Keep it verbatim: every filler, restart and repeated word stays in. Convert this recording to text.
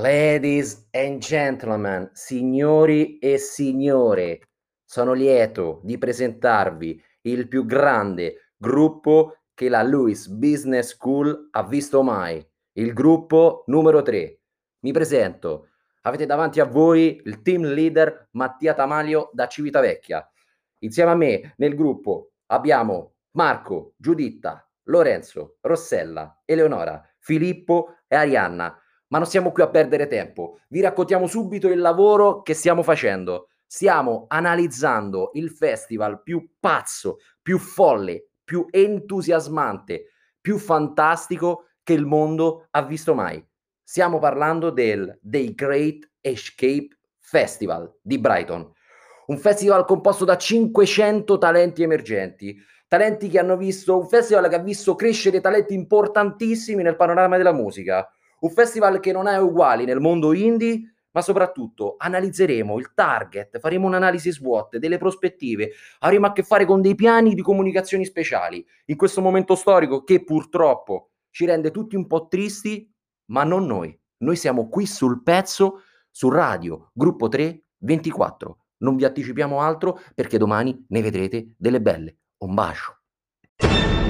Ladies and gentlemen, signori e signore, sono lieto di presentarvi il più grande gruppo che la Lewis Business School ha visto mai, il gruppo numero tre. Mi presento, avete davanti a voi il team leader Mattia Tamalio da Civitavecchia. Insieme a me nel gruppo abbiamo Marco, Giuditta, Lorenzo, Rossella, Eleonora, Filippo e Arianna. Ma non siamo qui a perdere tempo. Vi raccontiamo subito il lavoro che stiamo facendo. Stiamo analizzando il festival più pazzo, più folle, più entusiasmante, più fantastico che il mondo ha visto mai. Stiamo parlando del The Great Escape Festival di Brighton. Un festival composto da cinquecento talenti emergenti, talenti che hanno visto, un festival che ha visto crescere talenti importantissimi nel panorama della musica. Un festival che non è uguale nel mondo indie, ma soprattutto analizzeremo il target, faremo un'analisi SWOT delle prospettive, avremo a che fare con dei piani di comunicazioni speciali in questo momento storico che purtroppo ci rende tutti un po' tristi, ma non noi. Noi siamo qui sul pezzo, su Radio Gruppo tre ventiquattro. Non vi anticipiamo altro perché domani ne vedrete delle belle. Un bacio.